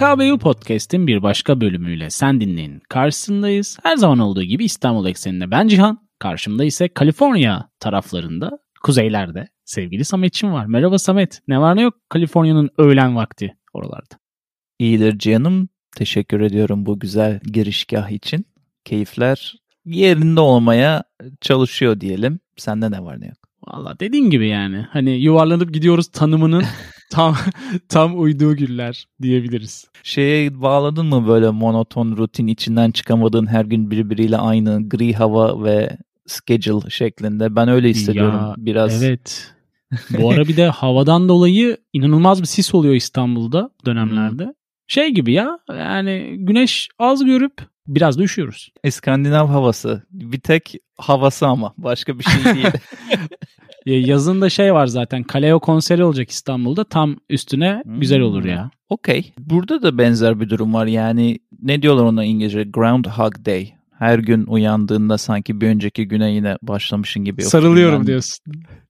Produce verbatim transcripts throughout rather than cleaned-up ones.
K B U Podcast'in bir başka bölümüyle sen dinleyin karşısındayız. Her zaman olduğu gibi İstanbul ekseninde ben Cihan, karşımda ise Kaliforniya taraflarında, kuzeylerde sevgili Samet'ciğim var. Merhaba Samet, ne var ne yok Kaliforniya'nın öğlen vakti oralarda? İyidir canım, teşekkür ediyorum bu güzel girişgah için. Keyifler yerinde olmaya çalışıyor diyelim. Sende ne var ne yok? Valla dediğin gibi yani hani yuvarlanıp gidiyoruz tanımının tam tam uyduğu güller diyebiliriz. Şeye bağladın mı böyle monoton rutin, içinden çıkamadığın, her gün birbiriyle aynı gri hava ve schedule şeklinde? Ben öyle hissediyorum ya, biraz. Evet. Bu ara bir de havadan dolayı inanılmaz bir sis oluyor İstanbul'da dönemlerde. Hmm. Şey gibi ya, yani güneş az görüp biraz da üşüyoruz. İskandinav havası. Bir tek havası ama başka bir şey değil. Yazın da şey var zaten, Kaleo konseri olacak İstanbul'da, tam üstüne hmm. güzel olur ya. Okey. Burada da benzer bir durum var. Yani ne diyorlar ona İngilizce? Groundhog Day. Her gün uyandığında sanki bir önceki güne yine başlamışın gibi. Sarılıyorum filmden, diyorsun.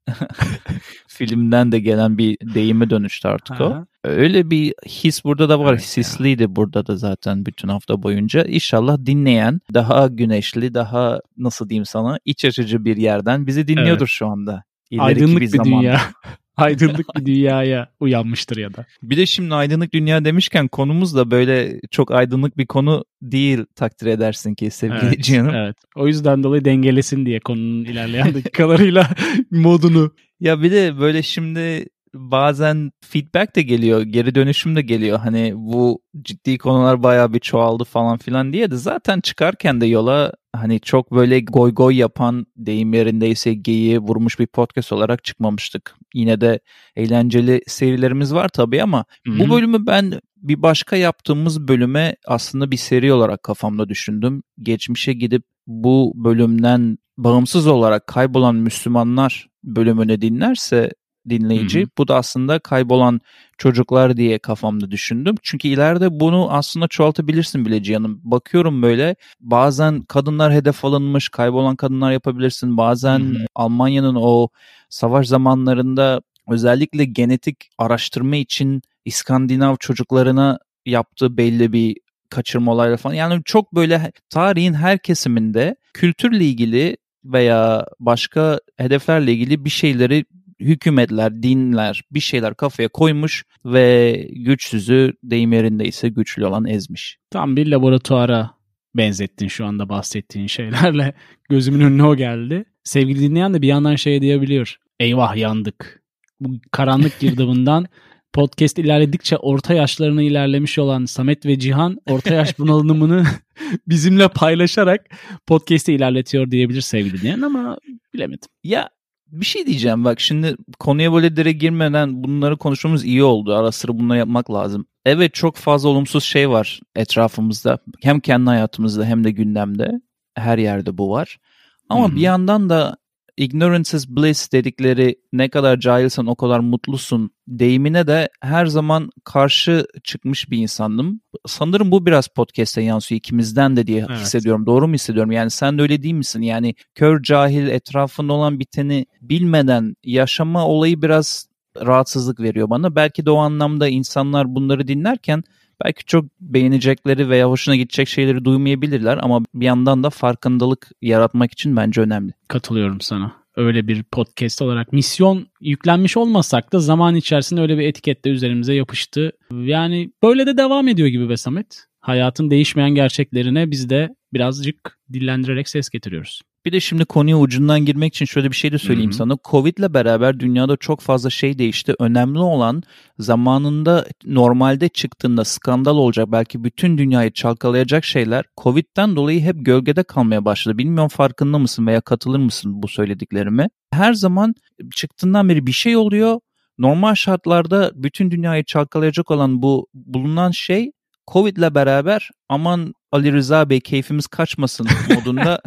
Filmden de gelen bir deyime dönüştü artık o. Öyle bir his burada da var. Evet, sisliydi ya. Burada da zaten bütün hafta boyunca. İnşallah dinleyen daha güneşli, daha nasıl diyeyim sana, iç açıcı bir yerden bizi dinliyordur evet. Şu anda. İleriki aydınlık bir, bir zamanda. dünya. Aydınlık bir dünyaya uyanmıştır ya da. Bir de şimdi aydınlık dünya demişken konumuz da böyle çok aydınlık bir konu değil, takdir edersin ki sevgili evet, Cihan'ım. Evet. O yüzden dolayı dengelesin diye konunun ilerleyen dakikalarıyla modunu. Ya bir de böyle şimdi bazen feedback de geliyor, geri dönüşüm de geliyor. Hani bu ciddi konular bayağı bir çoğaldı falan filan diye de zaten çıkarken de yola hani çok böyle goy goy yapan, deyim yerindeyse geyiği vurmuş bir podcast olarak çıkmamıştık. Yine de eğlenceli serilerimiz var tabii ama Hı-hı. bu bölümü ben bir başka yaptığımız bölüme aslında bir seri olarak kafamda düşündüm. Geçmişe gidip bu bölümden bağımsız olarak kaybolan Müslümanlar bölümünü dinlerse dinleyici, hı hı. bu da aslında kaybolan çocuklar diye kafamda düşündüm. Çünkü ileride bunu aslında çoğaltabilirsin bile Cihan'ım. Bakıyorum böyle bazen kadınlar hedef alınmış, kaybolan kadınlar yapabilirsin. Bazen hı hı. Almanya'nın o savaş zamanlarında özellikle genetik araştırma için İskandinav çocuklarına yaptığı belli bir kaçırma olayları falan. Yani çok böyle tarihin her kesiminde kültürle ilgili veya başka hedeflerle ilgili bir şeyleri hükümetler, dinler bir şeyler kafaya koymuş ve güçsüzü, deyim yerindeyse güçlü olan ezmiş. Tam bir laboratuvara benzettin şu anda bahsettiğin şeylerle. Gözümün önüne o geldi. Sevgili dinleyen de bir yandan şey diyebiliyor. Eyvah yandık. Bu karanlık girdabından podcast ilerledikçe orta yaşlarına ilerlemiş olan Samet ve Cihan orta yaş bunalımını bizimle paylaşarak podcast'i ilerletiyor diyebilir sevgili dinleyen ama bilemedim. Ya bir şey diyeceğim bak, şimdi konuya böyle direkt girmeden bunları konuşmamız iyi oldu. Ara sıra bunları yapmak lazım. Evet, çok fazla olumsuz şey var etrafımızda. Hem kendi hayatımızda hem de gündemde. Her yerde bu var. Ama hmm. bir yandan da ignorance is bliss dedikleri, ne kadar cahilsen o kadar mutlusun deyimine de her zaman karşı çıkmış bir insandım. Sanırım bu biraz podcast'e yansıyor ikimizden de diye evet. hissediyorum. Doğru mu hissediyorum? Yani sen de öyle değil misin? Yani kör cahil, etrafında olan biteni bilmeden yaşama olayı biraz rahatsızlık veriyor bana. Belki de o anlamda insanlar bunları dinlerken belki çok beğenecekleri veya hoşuna gidecek şeyleri duymayabilirler ama bir yandan da farkındalık yaratmak için bence önemli. Katılıyorum sana. Öyle bir podcast olarak misyon yüklenmiş olmasak da zaman içerisinde öyle bir etiket de üzerimize yapıştı. Yani böyle de devam ediyor gibi be Samet. Hayatın değişmeyen gerçeklerine biz de birazcık dillendirerek ses getiriyoruz. Bir de şimdi konuya ucundan girmek için şöyle bir şey de söyleyeyim Hı-hı. sana. Covid'le beraber dünyada çok fazla şey değişti. Önemli olan zamanında normalde çıktığında skandal olacak, belki bütün dünyayı çalkalayacak şeyler Covid'den dolayı hep gölgede kalmaya başladı. Bilmiyorum farkında mısın veya katılır mısın bu söylediklerime? Her zaman çıktığından beri bir şey oluyor. Normal şartlarda bütün dünyayı çalkalayacak olan bu bulunan şey Covid'le beraber aman Ali Rıza Bey keyfimiz kaçmasın modunda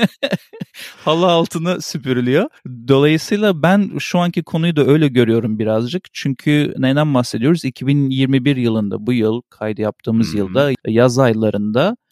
halı altına süpürülüyor. Dolayısıyla ben şu anki konuyu da öyle görüyorum birazcık. Çünkü neden bahsediyoruz? iki bin yirmi bir yılında, bu yıl kaydı yaptığımız hmm. yılda yaz aylarında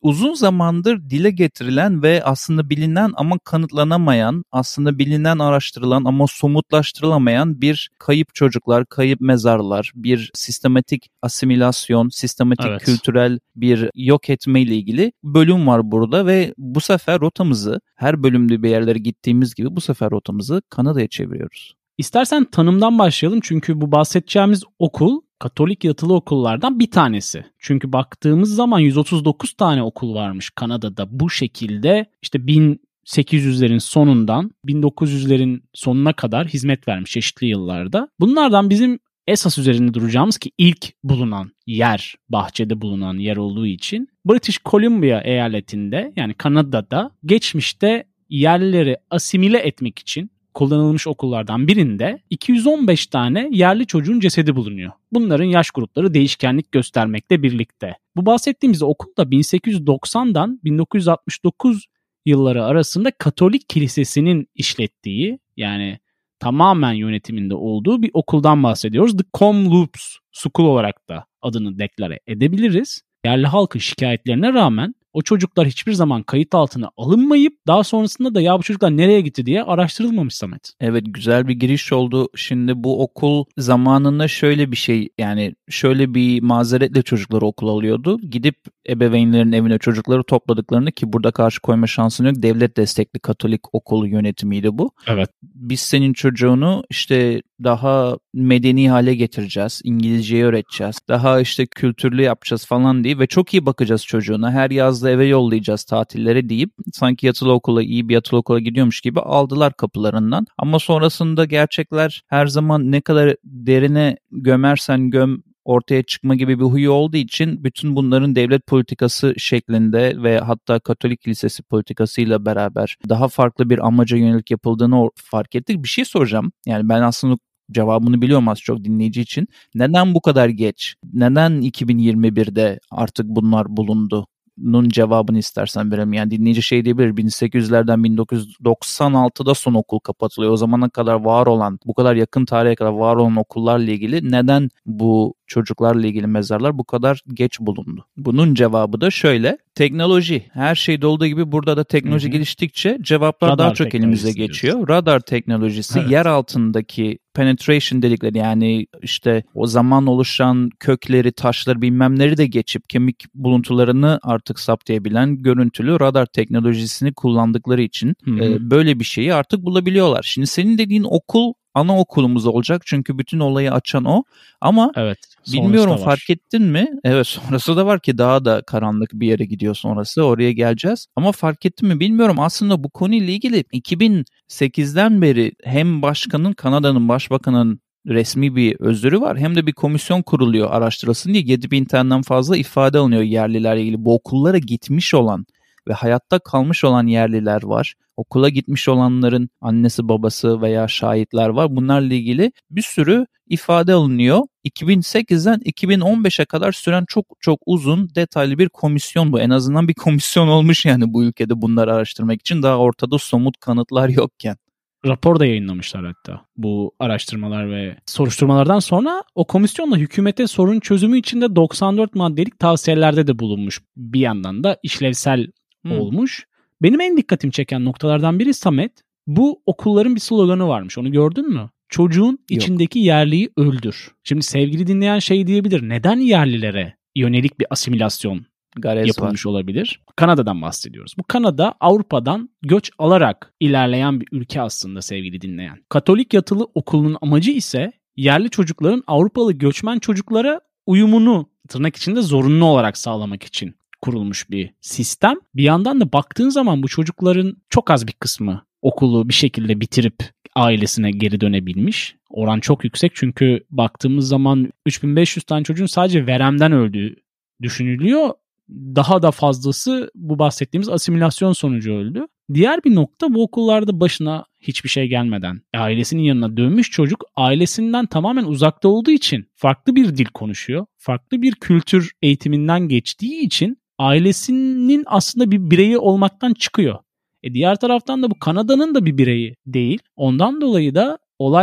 uzun zamandır dile getirilen ve aslında bilinen ama kanıtlanamayan, aslında bilinen, araştırılan ama somutlaştırılamayan bir kayıp çocuklar, kayıp mezarlar, bir sistematik asimilasyon, sistematik Evet. kültürel bir yok etme ile ilgili bölüm var burada ve bu sefer rotamızı her bölümde bir yerlere gittiğimiz gibi bu sefer rotamızı Kanada'ya çeviriyoruz. İstersen tanımdan başlayalım çünkü bu bahsedeceğimiz okul Katolik yatılı okullardan bir tanesi. Çünkü baktığımız zaman yüz otuz dokuz tane okul varmış Kanada'da bu şekilde işte bin sekiz yüzlerin sonundan bin dokuz yüzlerin sonuna kadar hizmet vermiş çeşitli yıllarda. Bunlardan bizim esas üzerinde duracağımız ki ilk bulunan yer, bahçede bulunan yer olduğu için British Columbia eyaletinde yani Kanada'da geçmişte yerlileri asimile etmek için kullanılmış okullardan birinde iki yüz on beş tane yerli çocuğun cesedi bulunuyor. Bunların yaş grupları değişkenlik göstermekle birlikte. Bu bahsettiğimiz okul da bin sekiz yüz doksandan bin dokuz yüz altmış dokuz yılları arasında Katolik Kilisesi'nin işlettiği yani tamamen yönetiminde olduğu bir okuldan bahsediyoruz. The Kamloops School olarak da adını deklare edebiliriz. Yerli halkın şikayetlerine rağmen o çocuklar hiçbir zaman kayıt altına alınmayıp daha sonrasında da ya bu çocuklar nereye gitti diye araştırılmamış Samet. Evet, güzel bir giriş oldu. Şimdi bu okul zamanında şöyle bir şey, yani şöyle bir mazeretle çocukları okula alıyordu. Gidip ebeveynlerin evine çocukları topladıklarını, ki burada karşı koyma şansın yok, devlet destekli Katolik okulu yönetimiydi bu. Evet. Biz senin çocuğunu işte daha medeni hale getireceğiz, İngilizceyi öğreteceğiz, daha işte kültürlü yapacağız falan diye ve çok iyi bakacağız çocuğuna. Her yazda eve yollayacağız tatillere deyip sanki yatılı okula, iyi bir yatılı okula gidiyormuş gibi aldılar kapılarından. Ama sonrasında gerçekler her zaman ne kadar derine gömersen göm ortaya çıkma gibi bir huyu olduğu için bütün bunların devlet politikası şeklinde ve hatta Katolik Kilisesi politikasıyla beraber daha farklı bir amaca yönelik yapıldığını fark ettik. Bir şey soracağım. Yani ben aslında cevabını biliyorum az çok dinleyici için. Neden bu kadar geç? Neden iki bin yirmi birde artık bunlar bulundu? Nun cevabını istersen verelim. Yani dinleyici şey diyebilir, bin sekiz yüzlerden bin dokuz yüz doksan altıda son okul kapatılıyor. O zamana kadar var olan, bu kadar yakın tarihe kadar var olan okullarla ilgili neden bu çocuklarla ilgili mezarlar bu kadar geç bulundu? Bunun cevabı da şöyle: teknoloji. Her şeyde olduğu gibi burada da teknoloji Hı-hı. geliştikçe cevaplar Radar daha çok elimize geçiyor. Diyorsun. Radar teknolojisi, evet. Yer altındaki penetration dedikleri, yani işte o zaman oluşan kökleri, taşları bilmemleri de geçip kemik buluntularını artık saptayabilen görüntülü radar teknolojisini kullandıkları için e, böyle bir şeyi artık bulabiliyorlar. Şimdi senin dediğin okul ana okulumuz olacak çünkü bütün olayı açan o. Ama evet, bilmiyorum fark ettin mi? Evet, sonrası da var ki daha da karanlık bir yere gidiyor sonrası. Oraya geleceğiz. Ama fark ettin mi bilmiyorum. Aslında bu konuyla ilgili iki bin sekizden beri hem başkanın, Kanada'nın başbakanın resmi bir özürü var, hem de bir komisyon kuruluyor araştırılsın diye. yedi bin taneden fazla ifade alınıyor yerlilerle ilgili. Bu okullara gitmiş olan ve hayatta kalmış olan yerliler var. Okula gitmiş olanların annesi babası veya şahitler var. Bunlarla ilgili bir sürü ifade alınıyor. iki bin sekizden iki bin on beşe kadar süren çok çok uzun, detaylı bir komisyon bu. En azından bir komisyon olmuş yani bu ülkede bunları araştırmak için, daha ortada somut kanıtlar yokken. Rapor da yayınlamışlar hatta bu araştırmalar ve soruşturmalardan sonra. O komisyonla hükümete sorun çözümü için de doksan dört maddelik tavsiyelerde de bulunmuş. Bir yandan da işlevsel hmm. olmuş. Benim en dikkatimi çeken noktalardan biri Samet, bu okulların bir sloganı varmış. Onu gördün mü? Çocuğun içindeki Yok. yerliyi öldür. Şimdi sevgili dinleyen şey diyebilir. Neden yerlilere yönelik bir asimilasyon Garez yapılmış var. olabilir? Kanada'dan bahsediyoruz. Bu Kanada Avrupa'dan göç alarak ilerleyen bir ülke aslında sevgili dinleyen. Katolik yatılı okulunun amacı ise yerli çocukların Avrupalı göçmen çocuklara uyumunu tırnak içinde zorunlu olarak sağlamak için kurulmuş bir sistem. Bir yandan da baktığın zaman bu çocukların çok az bir kısmı okulu bir şekilde bitirip ailesine geri dönebilmiş. Oran çok yüksek çünkü baktığımız zaman üç bin beş yüz tane çocuğun sadece veremden öldüğü düşünülüyor. Daha da fazlası bu bahsettiğimiz asimilasyon sonucu öldü. Diğer bir nokta, bu okullarda başına hiçbir şey gelmeden ailesinin yanına dönmüş çocuk ailesinden tamamen uzakta olduğu için farklı bir dil konuşuyor. Farklı bir kültür eğitiminden geçtiği için ailesinin aslında bir bireyi olmaktan çıkıyor. E diğer taraftan da bu Kanada'nın da bir bireyi değil. Ondan dolayı da olay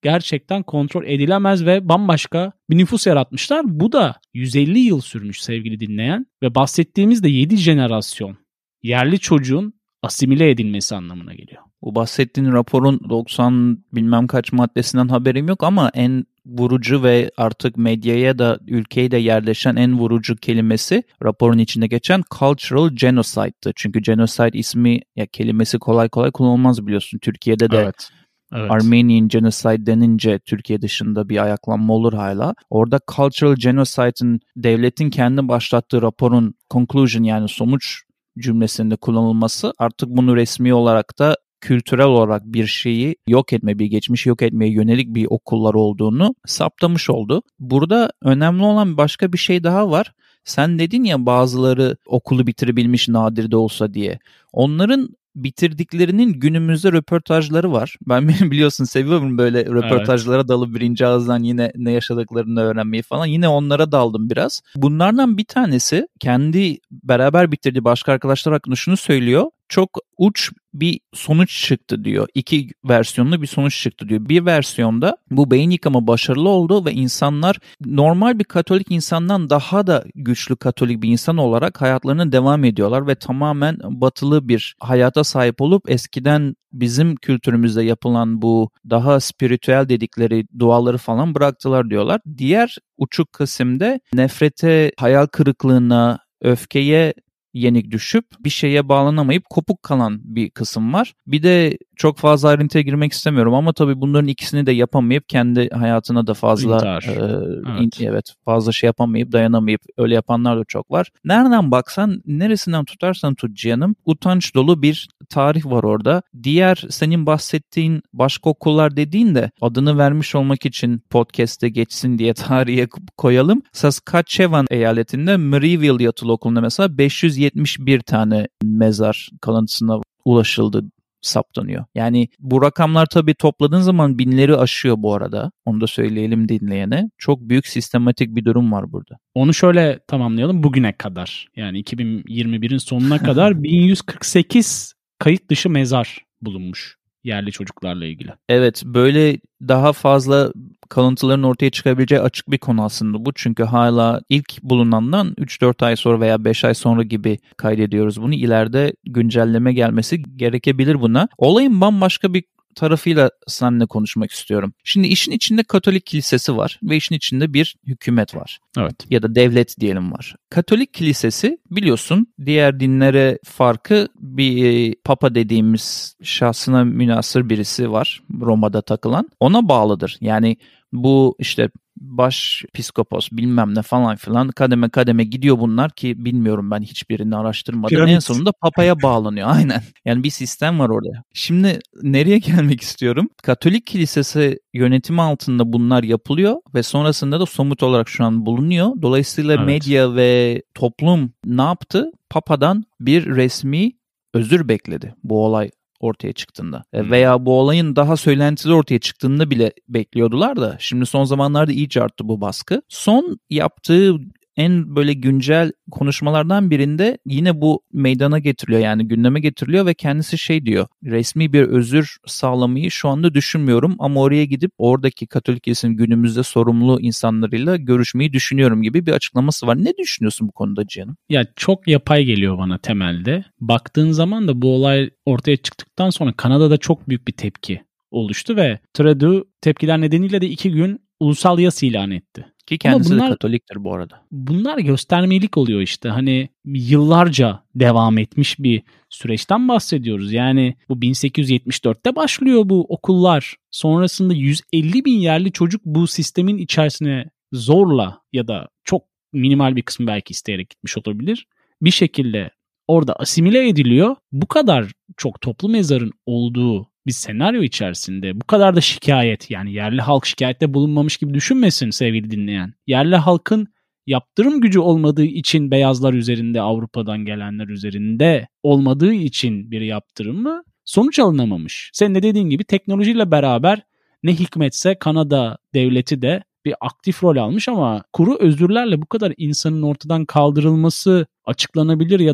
gerçekten kontrol edilemez ve bambaşka bir nüfus yaratmışlar. Bu da yüz elli yıl sürmüş sevgili dinleyen ve bahsettiğimiz de yedi jenerasyon yerli çocuğun asimile edilmesi anlamına geliyor. Bu bahsettiğin raporun doksan bilmem kaç maddesinden haberim yok ama en vurucu ve artık medyaya da ülkeye de yerleşen en vurucu kelimesi raporun içinde geçen cultural genocide'tı. Çünkü genocide ismi ya kelimesi kolay kolay kullanılmaz biliyorsun. Türkiye'de de evet. Evet. Armenian genocide denince Türkiye dışında bir ayaklanma olur hala. Orada cultural genocide'ın devletin kendi başlattığı raporun conclusion yani sonuç cümlesinde kullanılması artık bunu resmi olarak da kültürel olarak bir şeyi yok etme, bir geçmişi yok etmeye yönelik bir okullar olduğunu saptamış oldu. Burada önemli olan başka bir şey daha var. Sen dedin ya bazıları okulu bitirebilmiş nadir de olsa diye. Onların bitirdiklerinin günümüzde röportajları var. Ben biliyorsun seviyorum böyle röportajlara evet. dalıp birinci ağızdan yine ne yaşadıklarını öğrenmeyi falan. Yine onlara daldım biraz. Bunlardan bir tanesi kendi beraber bitirdiği başka arkadaşlar hakkında şunu söylüyor. Çok uç bir sonuç çıktı diyor. İki versiyonlu bir sonuç çıktı diyor. Bir versiyonda bu beyin yıkama başarılı oldu ve insanlar normal bir Katolik insandan daha da güçlü Katolik bir insan olarak hayatlarına devam ediyorlar ve tamamen batılı bir hayata sahip olup eskiden bizim kültürümüzde yapılan bu daha spiritüel dedikleri duaları falan bıraktılar diyorlar. Diğer uçuk kısımda nefrete, hayal kırıklığına, öfkeye yenik düşüp bir şeye bağlanamayıp kopuk kalan bir kısım var. Bir de çok fazla ayrıntıya girmek istemiyorum ama tabii bunların ikisini de yapamayıp kendi hayatına da fazla e, evet. In, evet fazla şey yapamayıp dayanamayıp öyle yapanlar da çok var. Nereden baksan neresinden tutarsan tut canım utanç dolu bir tarih var orada. Diğer senin bahsettiğin başka okullar dediğin de adını vermiş olmak için podcast'te geçsin diye tarihe koyalım. Saskatchewan eyaletinde Maryville Yatılı Okulu'nda mesela beş yüz yetmiş bir tane mezar kalıntısına ulaşıldı saptanıyor. Yani bu rakamlar tabii topladığın zaman binleri aşıyor bu arada. Onu da söyleyelim dinleyene. Çok büyük sistematik bir durum var burada. Onu şöyle tamamlayalım. Bugüne kadar yani iki bin yirmi birin sonuna kadar bin yüz kırk sekiz kayıt dışı mezar bulunmuş yerli çocuklarla ilgili. Evet, böyle daha fazla kalıntıların ortaya çıkabileceği açık bir konu aslında bu. Çünkü hala ilk bulunandan üç dört ay sonra veya beş ay sonra gibi kaydediyoruz bunu. İleride güncelleme gelmesi gerekebilir buna. Olayın bambaşka bir tarafıyla seninle konuşmak istiyorum. Şimdi işin içinde Katolik kilisesi var ve işin içinde bir hükümet var. Evet. Ya da devlet diyelim var. Katolik kilisesi biliyorsun diğer dinlere farkı bir papa dediğimiz şahsına münhasır birisi var Roma'da takılan. Ona bağlıdır. Yani bu işte baş piskopos bilmem ne falan filan kademe kademe gidiyor bunlar ki bilmiyorum ben hiçbirini araştırmadım. Piramit. En sonunda papaya bağlanıyor aynen. Yani bir sistem var orada. Şimdi nereye gelmek istiyorum? Katolik kilisesi yönetimi altında bunlar yapılıyor ve sonrasında da somut olarak şu an bulunuyor. Dolayısıyla evet. Medya ve toplum ne yaptı? Papadan bir resmi özür bekledi bu olay ortaya çıktığında. Hmm. Veya bu olayın daha söylentili ortaya çıktığında bile bekliyordular da şimdi son zamanlarda iyice arttı bu baskı. Son yaptığı en böyle güncel konuşmalardan birinde yine bu meydana getiriliyor yani gündeme getiriliyor ve kendisi şey diyor. Resmi bir özür sağlamayı şu anda düşünmüyorum ama oraya gidip oradaki Katolik Kilisesi'nin günümüzde sorumlu insanlarıyla görüşmeyi düşünüyorum gibi bir açıklaması var. Ne düşünüyorsun bu konuda canım? Ya çok yapay geliyor bana temelde. Baktığın zaman da bu olay ortaya çıktıktan sonra Kanada'da çok büyük bir tepki oluştu ve Trudeau tepkiler nedeniyle de iki gün ulusal yas ilan etti. Ki kendisi bunlar, de Katoliktir bu arada. Bunlar göstermelik oluyor işte. Hani yıllarca devam etmiş bir süreçten bahsediyoruz. Yani bu bin sekiz yüz yetmiş dörtte başlıyor bu okullar. Sonrasında yüz elli bin yerli çocuk bu sistemin içerisine zorla ya da çok minimal bir kısmı belki isteyerek gitmiş olabilir. Bir şekilde orada asimile ediliyor. Bu kadar çok toplu mezarın olduğu bir senaryo içerisinde bu kadar da şikayet yani yerli halk şikayette bulunmamış gibi düşünmesin sevgili dinleyen. Yerli halkın yaptırım gücü olmadığı için beyazlar üzerinde Avrupa'dan gelenler üzerinde olmadığı için bir yaptırımı sonuç alınamamış. Senin de dediğin gibi teknolojiyle beraber ne hikmetse Kanada devleti de bir aktif rol almış ama kuru özürlerle bu kadar insanın ortadan kaldırılması açıklanabilir ya da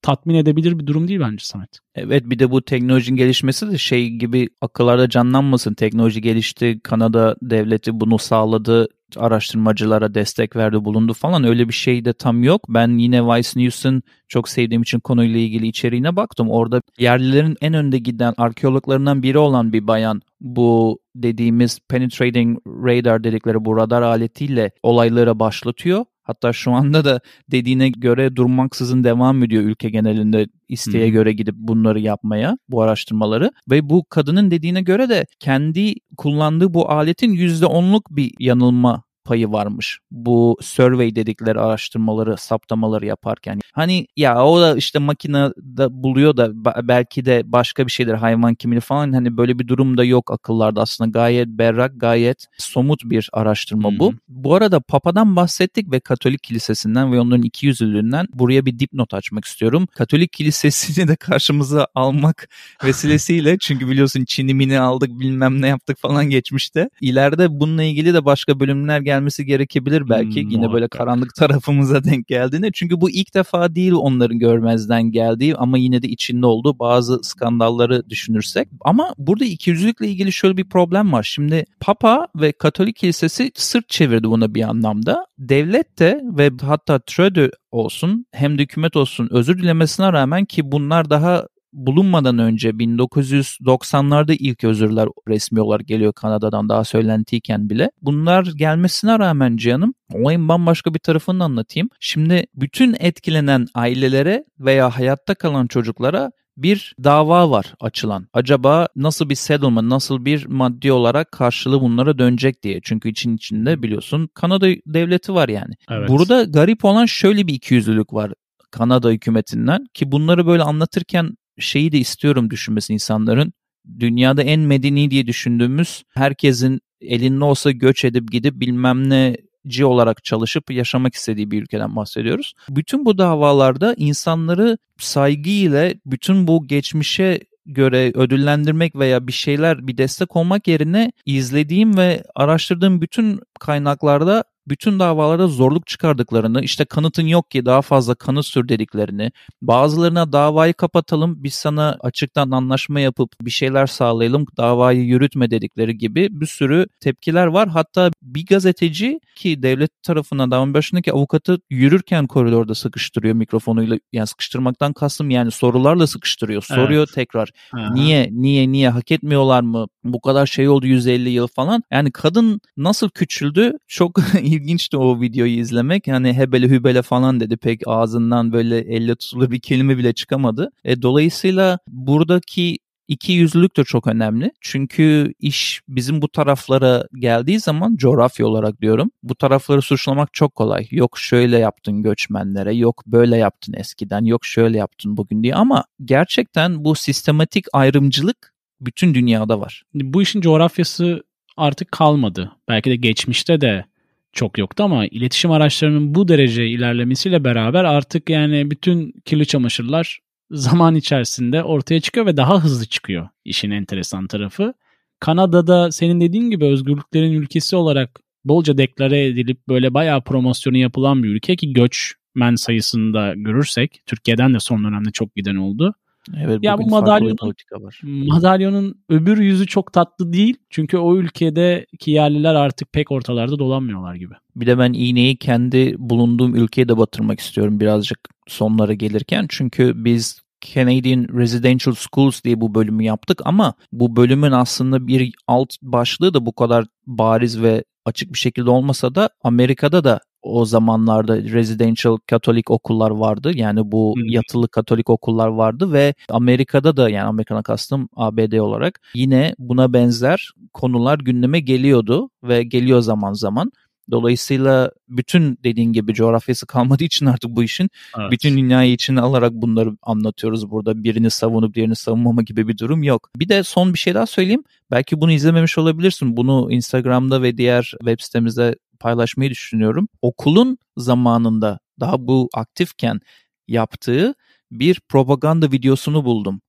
tatmin edebilir bir durum değil bence Samet. Evet, bir de bu teknolojinin gelişmesi de şey gibi akıllarda canlanmasın. Teknoloji gelişti, Kanada devleti bunu sağladı, araştırmacılara destek verdi, bulundu falan, öyle bir şey de tam yok. Ben yine Vice News'un çok sevdiğim için konuyla ilgili içeriğine baktım. Orada yerlilerin en önde giden arkeologlarından biri olan bir bayan bu dediğimiz penetrating radar dedikleri bu radar aletiyle olaylara başlatıyor. Hatta şu anda da dediğine göre durmaksızın devam ediyor ülke genelinde isteğe hmm. göre gidip bunları yapmaya, bu araştırmaları. Ve bu kadının dediğine göre de kendi kullandığı bu aletin yüzde onluk bir yanılma payı varmış. Bu survey dedikleri araştırmaları, saptamaları yaparken. Hani ya o da işte makinede buluyor da belki de başka bir şeydir, hayvan kimliği falan, hani böyle bir durum da yok akıllarda aslında. Gayet berrak, gayet somut bir araştırma hmm. bu. Bu arada Papa'dan bahsettik ve Katolik Kilisesi'nden ve onların ikiyüzlülüğünden buraya bir dipnot açmak istiyorum. Katolik Kilisesi'ni de karşımıza almak vesilesiyle, çünkü biliyorsun Çin'imini aldık, bilmem ne yaptık falan geçmişte. İleride bununla ilgili de başka bölümler gelmesi gerekebilir belki. Hmm, Yine muhakkak. Böyle karanlık tarafımıza denk geldiğinde. Çünkü bu ilk defa değil onların görmezden geldiği ama yine de içinde olduğu bazı skandalları düşünürsek. Ama burada ikiyüzlülükle ilgili şöyle bir problem var. Şimdi Papa ve Katolik Kilisesi sırt çevirdi buna bir anlamda. Devlet de ve hatta Trudeau olsun hem de hükümet olsun özür dilemesine rağmen, ki bunlar daha bulunmadan önce bin dokuz yüz doksanlarda ilk özürler resmi olarak geliyor Kanada'dan, daha söylentiyken bile. Bunlar gelmesine rağmen canım, olayın bambaşka bir tarafını anlatayım. Şimdi bütün etkilenen ailelere veya hayatta kalan çocuklara bir dava var açılan. Acaba nasıl bir settlement, nasıl bir maddi olarak karşılığı bunlara dönecek diye. Çünkü için içinde biliyorsun Kanada devleti var yani. Evet. Burada garip olan şöyle bir ikiyüzlülük var Kanada hükümetinden, ki bunları böyle anlatırken şeyi de istiyorum düşünmesi insanların. Dünyada en medeni diye düşündüğümüz, herkesin elinde olsa göç edip gidip bilmem neci olarak çalışıp yaşamak istediği bir ülkeden bahsediyoruz. Bütün bu davalarda insanları saygıyla bütün bu geçmişe göre ödüllendirmek veya bir şeyler, bir destek olmak yerine izlediğim ve araştırdığım bütün kaynaklarda bütün davalarda zorluk çıkardıklarını, işte kanıtın yok ki daha fazla kanıt sür dediklerini, bazılarına davayı kapatalım, biz sana açıktan anlaşma yapıp bir şeyler sağlayalım, davayı yürütme dedikleri gibi bir sürü tepkiler var. Hatta bir gazeteci, ki devlet tarafından davanın başındaki avukatı yürürken koridorda sıkıştırıyor mikrofonuyla, yani sıkıştırmaktan kastım yani sorularla sıkıştırıyor, soruyor evet. tekrar. Aha. Niye, niye, niye, hak etmiyorlar mı? Bu kadar şey oldu yüz elli yıl falan. Yani kadın nasıl küçüldü? Çok ilginçti o videoyu izlemek. Yani hebele hübele falan dedi. Pek ağzından böyle elle tutulur bir kelime bile çıkamadı. E, dolayısıyla buradaki ikiyüzlülük de çok önemli. Çünkü iş bizim bu taraflara geldiği zaman, coğrafya olarak diyorum, bu tarafları suçlamak çok kolay. Yok şöyle yaptın göçmenlere, yok böyle yaptın eskiden, yok şöyle yaptın bugün diye. Ama gerçekten bu sistematik ayrımcılık bütün dünyada var. Bu işin coğrafyası artık kalmadı. Belki de geçmişte de çok yoktu ama iletişim araçlarının bu derece ilerlemesiyle beraber artık yani bütün kirli çamaşırlar zaman içerisinde ortaya çıkıyor ve daha hızlı çıkıyor, işin enteresan tarafı. Kanada'da senin dediğin gibi özgürlüklerin ülkesi olarak bolca deklare edilip böyle bayağı promosyonu yapılan bir ülke, ki göçmen sayısında görürsek Türkiye'den de son dönemde çok giden oldu. Evet, ya bu madalyonun, madalyonun öbür yüzü çok tatlı değil. Çünkü o ülkedeki yerliler artık pek ortalarda dolanmıyorlar gibi. Bir de ben iğneyi kendi bulunduğum ülkeye de batırmak istiyorum birazcık sonlara gelirken. Çünkü biz Canadian Residential Schools diye bu bölümü yaptık ama bu bölümün aslında bir alt başlığı da bu kadar bariz ve açık bir şekilde olmasa da Amerika'da da o zamanlarda residential Katolik okullar vardı. Yani bu hmm. yatılı Katolik okullar vardı ve Amerika'da da, yani Amerika'na kastım A B D olarak, yine buna benzer konular gündeme geliyordu ve geliyor zaman zaman. Dolayısıyla bütün dediğin gibi coğrafyası kalmadığı için artık bu işin evet. bütün dünyayı içine alarak bunları anlatıyoruz burada. Birini savunup diğerini savunmama gibi bir durum yok. Bir de son bir şey daha söyleyeyim. Belki bunu izlememiş olabilirsin. Bunu Instagram'da ve diğer web sitemizde paylaşmayı düşünüyorum. Okulun zamanında daha bu aktifken yaptığı bir propaganda videosunu buldum.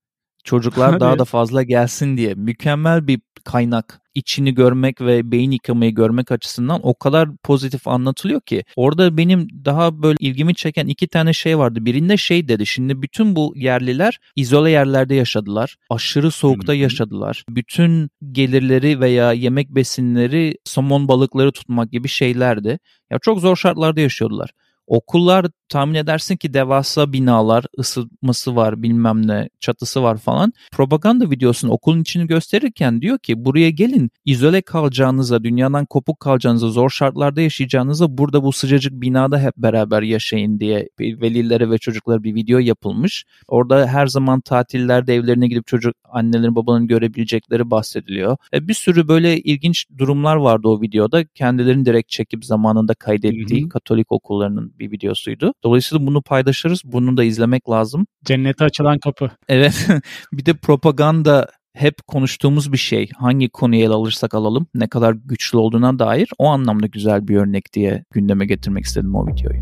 Çocuklar Hadi. daha da fazla gelsin diye. Mükemmel bir kaynak. İçini görmek ve beyin yıkamayı görmek açısından o kadar pozitif anlatılıyor ki. Orada benim daha böyle ilgimi çeken iki tane şey vardı. Birinde şey dedi. Şimdi bütün bu yerliler izole yerlerde yaşadılar. Aşırı soğukta yaşadılar. Bütün gelirleri veya yemek besinleri somon balıkları tutmak gibi şeylerdi. Ya çok zor şartlarda yaşıyorlar. Okullar tahmin edersin ki devasa binalar, ısıtması var, bilmem ne, çatısı var falan. Propaganda videosunu okulun içini gösterirken diyor ki buraya gelin, izole kalacağınıza, dünyadan kopuk kalacağınıza, zor şartlarda yaşayacağınıza burada bu sıcacık binada hep beraber yaşayın diye velilere ve çocuklara bir video yapılmış. Orada her zaman tatillerde evlerine gidip çocuk annelerin babalarını görebilecekleri bahsediliyor. E bir sürü böyle ilginç durumlar vardı o videoda. Kendilerini direkt çekip zamanında kaydettiği hı hı. Katolik okullarının bir videosuydu. Dolayısıyla bunu paylaşırız. Bunu da izlemek lazım. Cennete açılan kapı. Evet. Bir de propaganda hep konuştuğumuz bir şey. Hangi konuyu ele alırsak alalım ne kadar güçlü olduğuna dair o anlamda güzel bir örnek diye gündeme getirmek istedim o videoyu.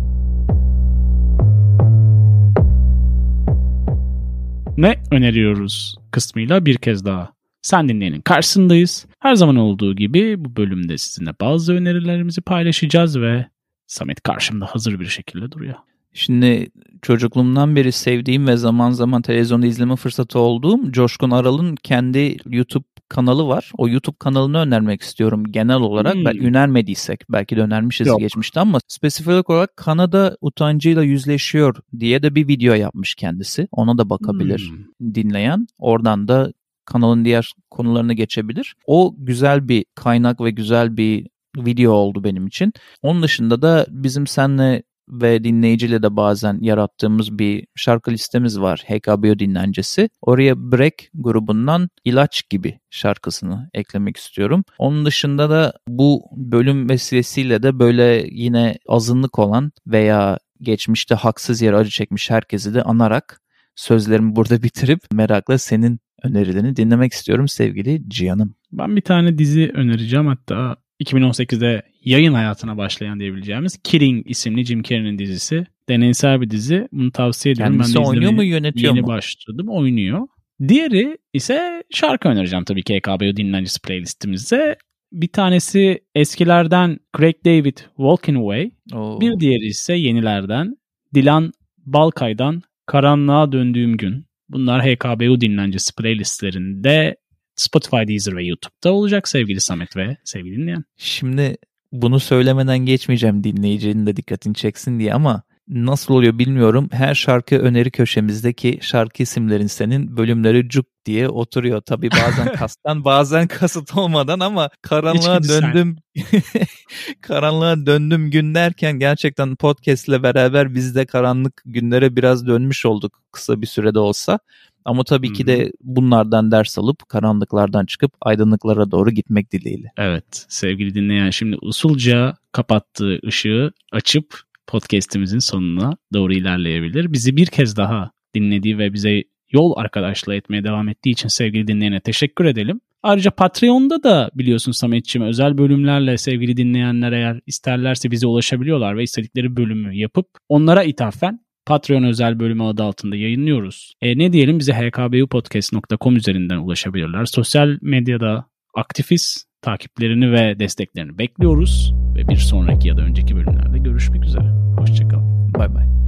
Ne öneriyoruz kısmıyla bir kez daha Sen Dinleyen'in karşısındayız. Her zaman olduğu gibi bu bölümde sizinle bazı önerilerimizi paylaşacağız ve Samet karşımda hazır bir şekilde duruyor. Şimdi çocukluğumdan beri sevdiğim ve zaman zaman televizyonda izleme fırsatı olduğum Coşkun Aral'ın kendi YouTube kanalı var. O YouTube kanalını önermek istiyorum genel olarak. Hmm. Ben önermediysek belki de önermişiz Yok. geçmişte ama spesifik olarak Kanada utancıyla yüzleşiyor diye de bir video yapmış kendisi. Ona da bakabilir hmm. dinleyen. Oradan da kanalın diğer konularına geçebilir. O güzel bir kaynak ve güzel bir video oldu benim için. Onun dışında da bizim seninle ve dinleyiciyle de bazen yarattığımız bir şarkı listemiz var. H K B O dinlencesi. Oraya Break grubundan İlaç Gibi şarkısını eklemek istiyorum. Onun dışında da bu bölüm vesilesiyle de böyle yine azınlık olan veya geçmişte haksız yere acı çekmiş herkesi de anarak sözlerimi burada bitirip merakla senin önerilerini dinlemek istiyorum sevgili Cihan'ım. Ben bir tane dizi önereceğim, hatta iki bin on sekizde yayın hayatına başlayan diyebileceğimiz Killing isimli Jim Carrey'nin dizisi. Deneysel bir dizi. Bunu tavsiye ediyorum. Kendisi ben de oynuyor mu, yönetiyor yeni mu? Yeni başladım. Oynuyor. Diğeri ise şarkı önereceğim tabii ki H K B O dinlencesi playlistimizde. Bir tanesi eskilerden Craig David Walking Away. Oo. Bir diğeri ise yenilerden Dilan Balkay'dan Karanlığa Döndüğüm Gün. Bunlar H K B O dinlencesi playlistlerinde Spotify, Deezer ve YouTube'da olacak sevgili Samet ve sevgili dinleyen. Şimdi bunu söylemeden geçmeyeceğim dinleyicinin de dikkatini çeksin diye ama nasıl oluyor bilmiyorum. Her şarkı öneri köşemizdeki şarkı isimlerin senin bölümleri cuk diye oturuyor. Tabii bazen kastan bazen kasıt olmadan ama karanlığa döndüm karanlığa döndüm gün derken gerçekten podcast'le beraber biz de karanlık günlere biraz dönmüş olduk kısa bir sürede olsa. Ama tabii ki de bunlardan ders alıp karanlıklardan çıkıp aydınlıklara doğru gitmek dileğiyle. Evet sevgili dinleyen, şimdi usulca kapattığı ışığı açıp podcast'imizin sonuna doğru ilerleyebilir. Bizi bir kez daha dinlediği ve bize yol arkadaşlığı etmeye devam ettiği için sevgili dinleyene teşekkür edelim. Ayrıca Patreon'da da biliyorsun Sametciğim özel bölümlerle sevgili dinleyenler eğer isterlerse bize ulaşabiliyorlar ve istedikleri bölümü yapıp onlara ithafen Patreon özel bölümü adı altında yayınlıyoruz. E ne diyelim, bize h k b u podcast nokta com üzerinden ulaşabilirler. Sosyal medyada aktifiz. Takiplerini ve desteklerini bekliyoruz. Ve bir sonraki ya da önceki bölümlerde görüşmek üzere. Hoşçakalın. Bay bay.